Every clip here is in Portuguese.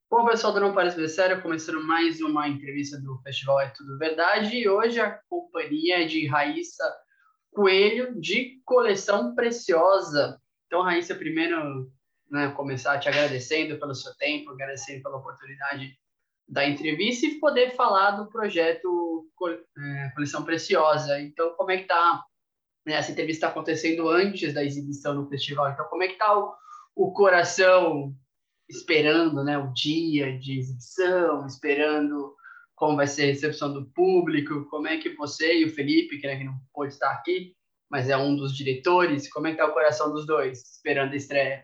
Bom, pessoal do Não Parece Ser Sério, começando mais uma entrevista do Festival É Tudo Verdade, e hoje a companhia é de Raíssa Coelho, de Coleção Preciosa. Então, Raíssa, primeiro, né, começar te agradecendo pelo seu tempo, agradecendo pela oportunidade da entrevista e poder falar do projeto Coleção Preciosa. Então, como é que tá, né, essa entrevista está acontecendo antes da exibição no festival, então como é que tá o coração esperando, né, o dia de exibição, esperando como vai ser a recepção do público, como é que você e o Felipe, que, né, que não pôde estar aqui, mas é um dos diretores, como é que tá o coração dos dois, esperando a estreia?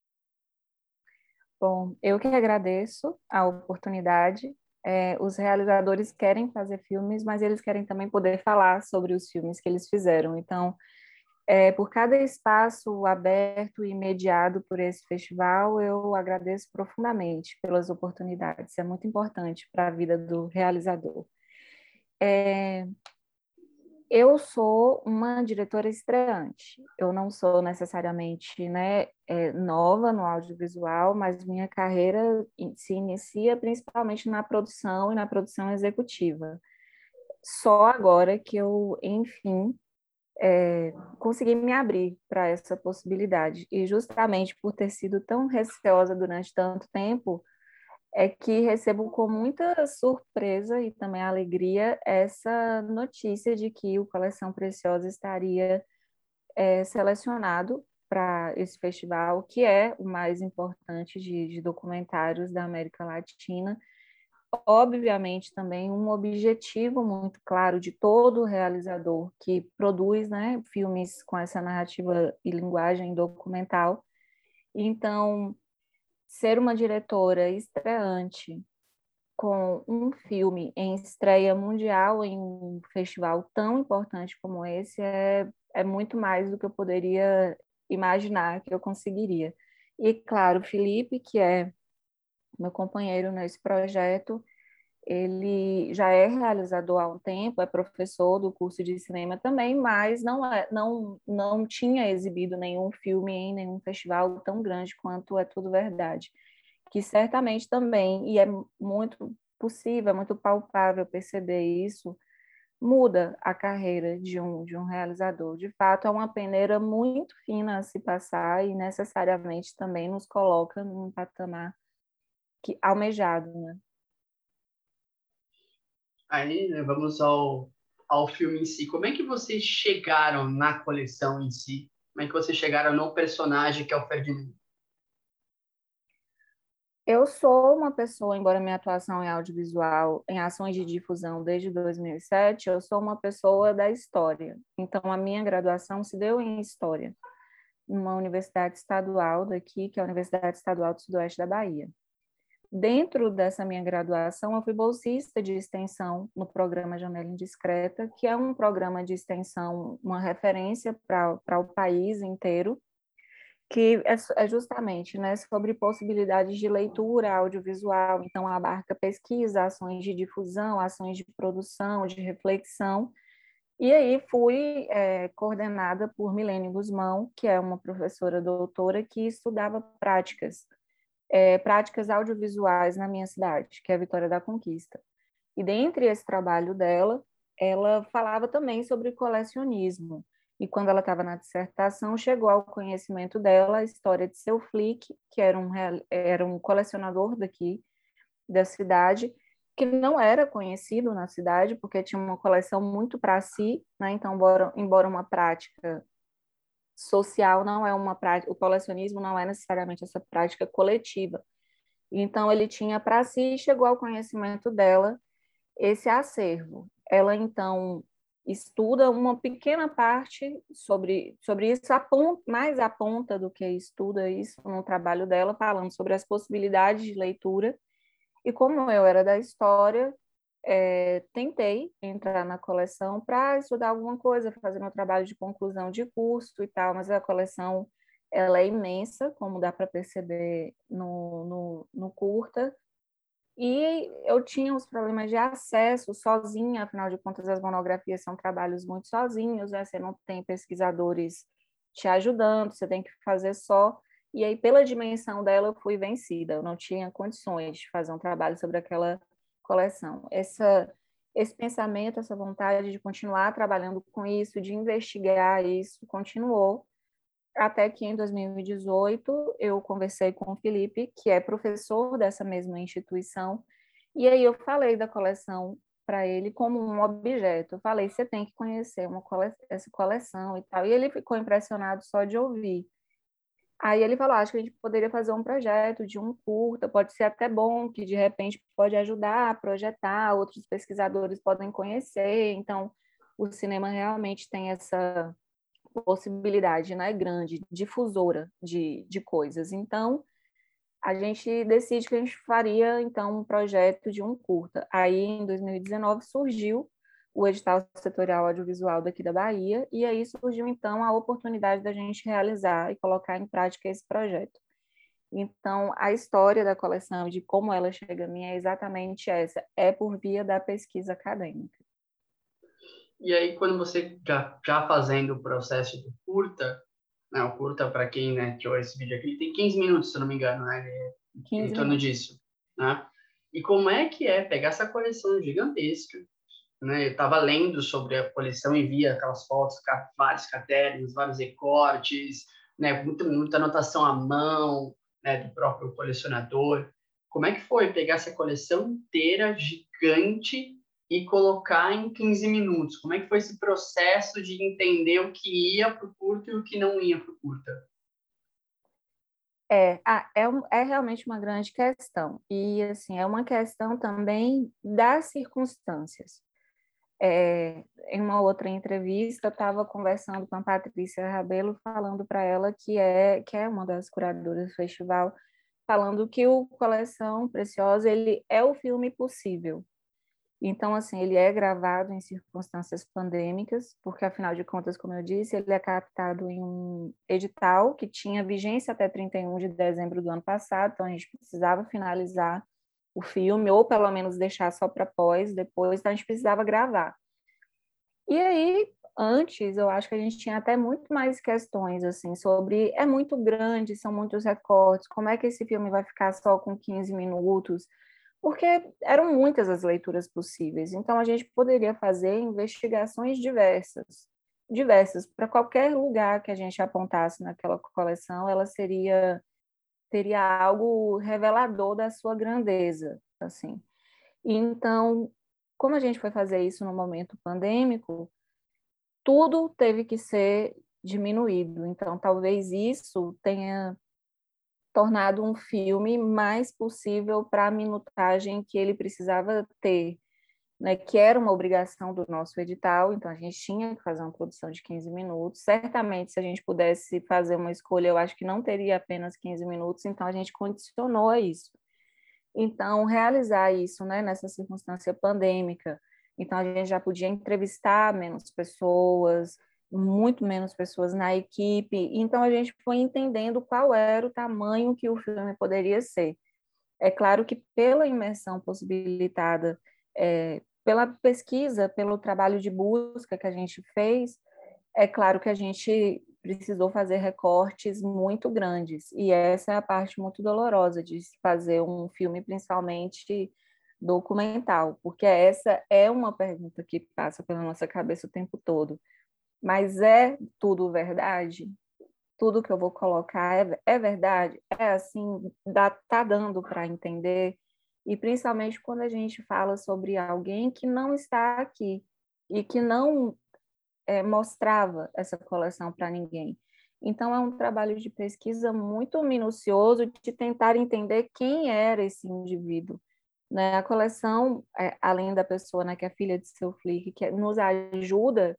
Bom, eu que agradeço a oportunidade. Os realizadores querem fazer filmes, mas eles querem também poder falar sobre os filmes que eles fizeram. Então, por cada espaço aberto e mediado por esse festival, eu agradeço profundamente pelas oportunidades. Isso é muito importante para a vida do realizador. É, eu sou uma diretora estreante. Eu não sou necessariamente, né, nova no audiovisual, mas minha carreira se inicia principalmente na produção e na produção executiva. Só agora que eu, enfim, consegui me abrir para essa possibilidade. E justamente por ter sido tão receosa durante tanto tempo, é que recebo com muita surpresa e também alegria essa notícia de que o Coleção Preciosa estaria selecionado para esse festival, que é o mais importante de documentários da América Latina. Obviamente, também um objetivo muito claro de todo realizador que produz, né, filmes com essa narrativa e linguagem documental. Então, ser uma diretora estreante com um filme em estreia mundial em um festival tão importante como esse é muito mais do que eu poderia imaginar que eu conseguiria. E, claro, o Felipe, que é meu companheiro nesse projeto, ele já é realizador há um tempo, é professor do curso de cinema também, mas não tinha exibido nenhum filme em nenhum festival tão grande quanto É Tudo Verdade, que certamente também, e é muito possível, é muito palpável perceber isso, muda a carreira de um realizador. De fato, é uma peneira muito fina a se passar e necessariamente também nos coloca num patamar almejado, né? Aí, né, vamos ao filme em si. Como é que vocês chegaram na coleção em si? Como é que vocês chegaram no personagem que é o Ferdinando? Eu sou uma pessoa, embora minha atuação em audiovisual, em ações de difusão desde 2007, eu sou uma pessoa da história. Então, a minha graduação se deu em História, numa universidade estadual daqui, que é a Universidade Estadual do Sudoeste da Bahia. Dentro dessa minha graduação, eu fui bolsista de extensão no programa Janela Indiscreta, que é um programa de extensão, uma referência para o país inteiro, que é justamente, né, sobre possibilidades de leitura audiovisual, então abarca pesquisa, ações de difusão, ações de produção, de reflexão, e aí fui coordenada por Milene Guzmão, que é uma professora doutora que estudava práticas audiovisuais na minha cidade, que é a Vitória da Conquista. E dentre esse trabalho dela, ela falava também sobre colecionismo. E quando ela estava na dissertação, chegou ao conhecimento dela a história de seu Flick, que era um colecionador daqui da cidade, que não era conhecido na cidade, porque tinha uma coleção muito para si, né? Então, embora uma prática social não é uma prática, o colecionismo não é necessariamente essa prática coletiva. Então, ele tinha para si e chegou ao conhecimento dela esse acervo. Ela, então, estuda uma pequena parte sobre isso, mais aponta do que estuda isso no trabalho dela, falando sobre as possibilidades de leitura. E como eu era da história, tentei entrar na coleção para estudar alguma coisa, fazer meu trabalho de conclusão de curso e tal, mas a coleção ela é imensa, como dá para perceber no curta, e eu tinha os problemas de acesso sozinha, afinal de contas, as monografias são trabalhos muito sozinhos, né? Você não tem pesquisadores te ajudando, você tem que fazer só. E aí, pela dimensão dela, eu fui vencida. Eu não tinha condições de fazer um trabalho sobre aquela coleção. Esse pensamento, essa vontade de continuar trabalhando com isso, de investigar isso, continuou até que em 2018 eu conversei com o Felipe, que é professor dessa mesma instituição, e aí eu falei da coleção para ele como um objeto. Eu falei, você tem que conhecer essa coleção e tal. E ele ficou impressionado só de ouvir. Aí ele falou, acho que a gente poderia fazer um projeto de um curta, pode ser até bom, que de repente pode ajudar a projetar, outros pesquisadores podem conhecer. Então, o cinema realmente tem essa possibilidade, né, grande, difusora de coisas. Então, a gente decide que a gente faria, então, um projeto de um curta. Aí, em 2019, surgiu o edital setorial audiovisual daqui da Bahia, e aí surgiu, então, a oportunidade da gente realizar e colocar em prática esse projeto. Então, a história da coleção, de como ela chega a mim, é exatamente essa, é por via da pesquisa acadêmica. E aí, quando você já fazendo o processo do curta, né, o curta, para quem, né, criou esse vídeo aqui, ele tem 15 minutos, se eu não me engano, né, em 15 torno minutos. disso, né? E como é que é pegar essa coleção gigantesca, né? Eu estava lendo sobre a coleção e via aquelas fotos, vários cadernos, vários recortes, né? Muita anotação à mão, né? Do próprio colecionador. Como é que foi pegar essa coleção inteira, gigante, e colocar em 15 minutos? Como é que foi esse processo de entender o que ia para o curto e o que não ia para o curta? É realmente uma grande questão. E, assim, é uma questão também das circunstâncias. Em uma outra entrevista, eu estava conversando com a Patrícia Rabelo, falando para ela que é uma das curadoras do festival, falando que o Coleção Preciosa ele é o filme possível. Então, assim, ele é gravado em circunstâncias pandêmicas, porque, afinal de contas, como eu disse, ele é captado em um edital que tinha vigência até 31 de dezembro do ano passado, então a gente precisava finalizar o filme, ou pelo menos deixar só para depois, então a gente precisava gravar. E aí, antes, eu acho que a gente tinha até muito mais questões, assim, sobre, é muito grande, são muitos recortes, como é que esse filme vai ficar só com 15 minutos? Porque eram muitas as leituras possíveis, então a gente poderia fazer investigações diversas, para qualquer lugar que a gente apontasse naquela coleção, ela teria algo revelador da sua grandeza, assim. Então, como a gente foi fazer isso no momento pandêmico, tudo teve que ser diminuído. Então, talvez isso tenha tornado um filme mais possível para a minutagem que ele precisava ter, né? Que era uma obrigação do nosso edital, então a gente tinha que fazer uma produção de 15 minutos. Certamente, se a gente pudesse fazer uma escolha, eu acho que não teria apenas 15 minutos, então a gente condicionou a isso. Então, realizar isso, né, nessa circunstância pandêmica, então a gente já podia entrevistar menos pessoas, muito menos pessoas na equipe, então a gente foi entendendo qual era o tamanho que o filme poderia ser. É claro que pela imersão possibilitada, pela pesquisa, pelo trabalho de busca que a gente fez, é claro que a gente precisou fazer recortes muito grandes, e essa é a parte muito dolorosa de se fazer um filme, principalmente documental, porque essa é uma pergunta que passa pela nossa cabeça o tempo todo. Mas é tudo verdade? Tudo que eu vou colocar é verdade? É assim, tá dando para entender? E principalmente quando a gente fala sobre alguém que não está aqui e que não mostrava essa coleção para ninguém. Então, é um trabalho de pesquisa muito minucioso de tentar entender quem era esse indivíduo. Né? A coleção, além da pessoa, né, que é filha de seu Flick, que nos ajuda,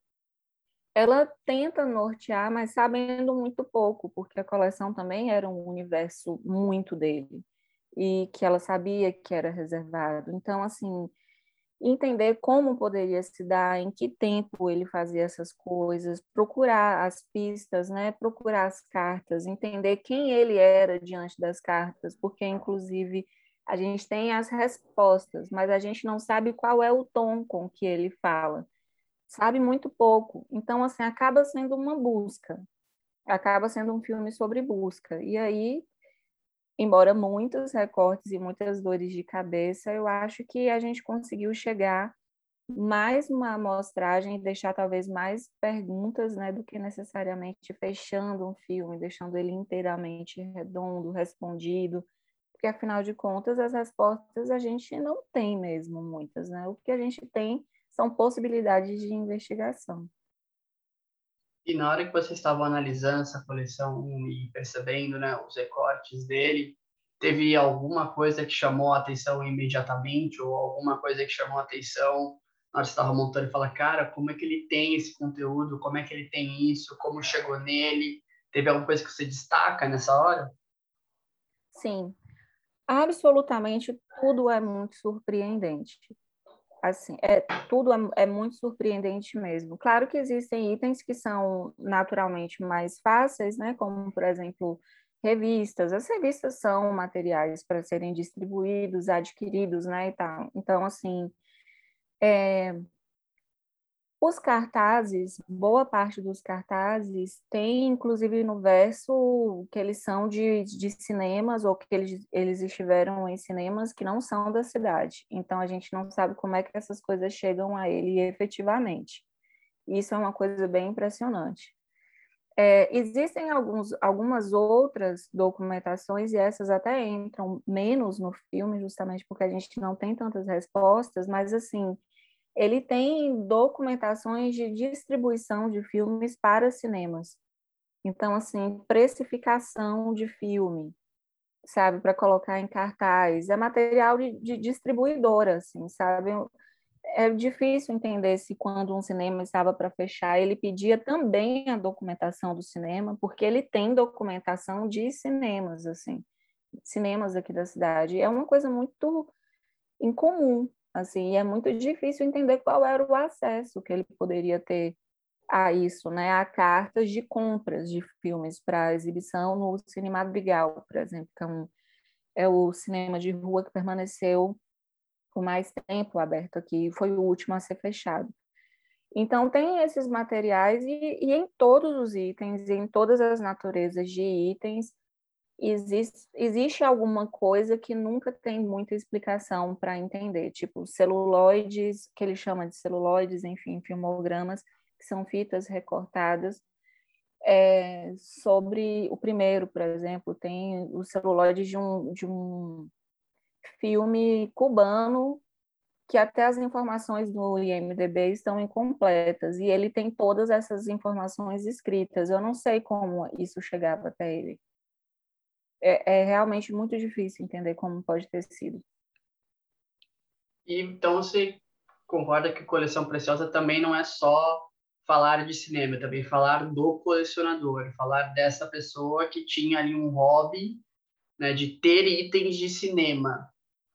ela tenta nortear, mas sabendo muito pouco, porque a coleção também era um universo muito dele, e que ela sabia que era reservado. Então, assim, entender como poderia se dar, em que tempo ele fazia essas coisas, procurar as pistas, né? Procurar as cartas, entender quem ele era diante das cartas, porque inclusive a gente tem as respostas, mas a gente não sabe qual é o tom com que ele fala, sabe muito pouco. Então, assim, acaba sendo uma busca. acaba sendo um filme sobre busca. E aí, embora muitos recortes e muitas dores de cabeça, eu acho que a gente conseguiu chegar mais uma amostragem e deixar talvez mais perguntas, né, do que necessariamente fechando um filme, deixando ele inteiramente redondo, respondido, porque afinal de contas as respostas a gente não tem mesmo muitas, né? O que a gente tem são possibilidades de investigação. E na hora que vocês estavam analisando essa coleção e percebendo, né, os recortes dele, teve alguma coisa que chamou a atenção imediatamente ou alguma coisa que chamou a atenção na hora que você estava montando e fala, cara, como é que ele tem esse conteúdo? Como é que ele tem isso? Como chegou nele? Teve alguma coisa que você destaca nessa hora? Sim, absolutamente tudo é muito surpreendente. Assim, tudo é muito surpreendente mesmo. Claro que existem itens que são naturalmente mais fáceis, né? Como, por exemplo, revistas. As revistas são materiais para serem distribuídos, adquiridos, né? E tal. Então, assim, os cartazes, boa parte dos cartazes tem, inclusive, no verso que eles são de cinemas ou que eles estiveram em cinemas que não são da cidade. Então, a gente não sabe como é que essas coisas chegam a ele efetivamente. Isso é uma coisa bem impressionante. Existem algumas outras documentações, e essas até entram menos no filme, justamente porque a gente não tem tantas respostas, mas, assim, ele tem documentações de distribuição de filmes para cinemas. Então, assim, precificação de filme, sabe, para colocar em cartaz. É material de distribuidora, assim, sabe? É difícil entender se quando um cinema estava para fechar, ele pedia também a documentação do cinema, porque ele tem documentação de cinemas, assim, cinemas aqui da cidade. É uma coisa muito incomum, assim, e é muito difícil entender qual era o acesso que ele poderia ter a isso, né, a cartas de compras de filmes para exibição no Cine Madrigal, por exemplo, que é o cinema de rua que permaneceu por mais tempo aberto aqui, foi o último a ser fechado. Então, tem esses materiais e em todos os itens, em todas as naturezas de itens, existe alguma coisa que nunca tem muita explicação para entender, tipo celuloides, que ele chama de celuloides, enfim, filmogramas, que são fitas recortadas. Sobre o primeiro, por exemplo, tem os celuloides de um filme cubano que até as informações do IMDb estão incompletas, e ele tem todas essas informações escritas. Eu não sei como isso chegava até ele. É realmente muito difícil entender como pode ter sido. E então você concorda que coleção preciosa também não é só falar de cinema, é também falar do colecionador, falar dessa pessoa que tinha ali um hobby, né, de ter itens de cinema.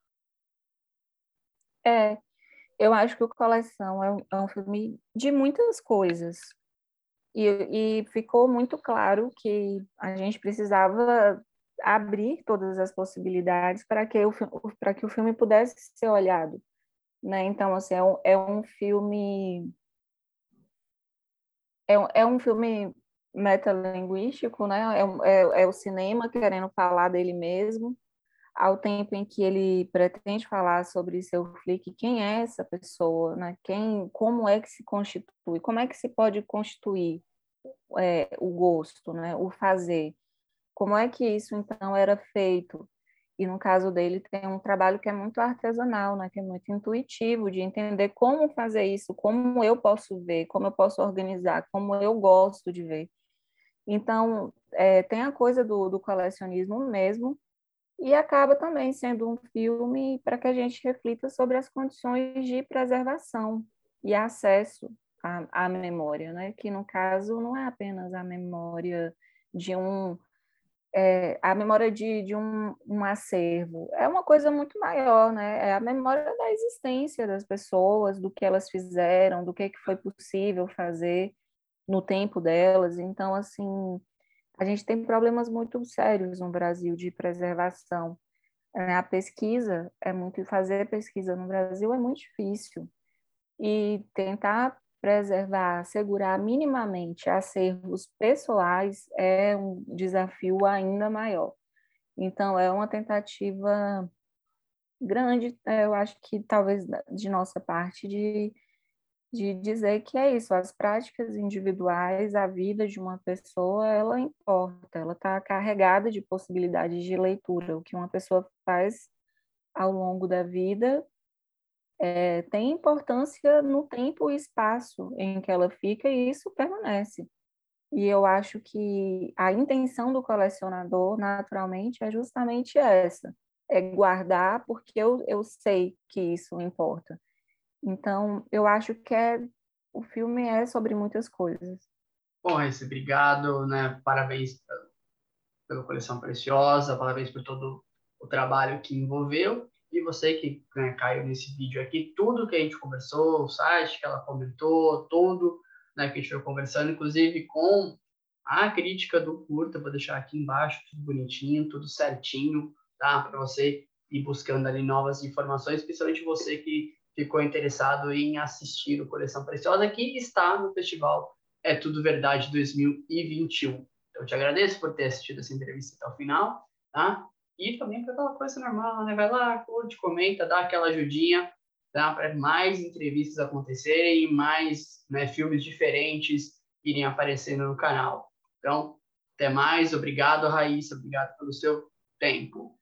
É, eu acho que o Coleção é um filme de muitas coisas. E ficou muito claro que a gente precisava abrir todas as possibilidades para que o filme pudesse ser olhado, né? Então, assim, é um filme é um filme metalinguístico, né? É o cinema querendo falar dele mesmo, ao tempo em que ele pretende falar sobre seu flick, quem é essa pessoa, né? Como é que se constitui, como é que se pode constituir o gosto, né? O fazer. Como é que isso então era feito? E no caso dele tem um trabalho que é muito artesanal, né? Que é muito intuitivo de entender como fazer isso, como eu posso ver, como eu posso organizar, como eu gosto de ver. Então, tem a coisa do colecionismo mesmo, e acaba também sendo um filme para que a gente reflita sobre as condições de preservação e acesso à memória, né? Que no caso não é apenas a memória de a memória de um acervo, é uma coisa muito maior, né? É a memória da existência das pessoas, do que elas fizeram, do que foi possível fazer no tempo delas. Então, assim, a gente tem problemas muito sérios no Brasil de preservação. A pesquisa fazer pesquisa no Brasil é muito difícil. E tentar preservar, segurar minimamente acervos pessoais é um desafio ainda maior. Então, é uma tentativa grande, eu acho que talvez de nossa parte, de dizer que é isso, as práticas individuais, a vida de uma pessoa, ela importa, ela está carregada de possibilidades de leitura. O que uma pessoa faz ao longo da vida tem importância no tempo e espaço em que ela fica, e isso permanece. E eu acho que a intenção do colecionador, naturalmente, é justamente essa, é guardar porque eu sei que isso importa. Então, eu acho que o filme é sobre muitas coisas. Bom, Raíssa, obrigado, né? Parabéns pela coleção preciosa, parabéns por todo o trabalho que envolveu. E você que, né, caiu nesse vídeo aqui, tudo que a gente conversou, o site que ela comentou, tudo, né, que a gente foi conversando, inclusive com a crítica do curta, vou deixar aqui embaixo, tudo bonitinho, tudo certinho, tá? Para você ir buscando ali novas informações, principalmente você que ficou interessado em assistir o Coleção Preciosa, que está no festival É Tudo Verdade 2021. Então, eu te agradeço por ter assistido essa entrevista até o final, tá? E também por aquela coisa normal, né? Vai lá, curte, comenta, dá aquela ajudinha, tá? Para mais entrevistas acontecerem e mais, né, filmes diferentes irem aparecendo no canal. Então, até mais. Obrigado, Raíssa. Obrigado pelo seu tempo.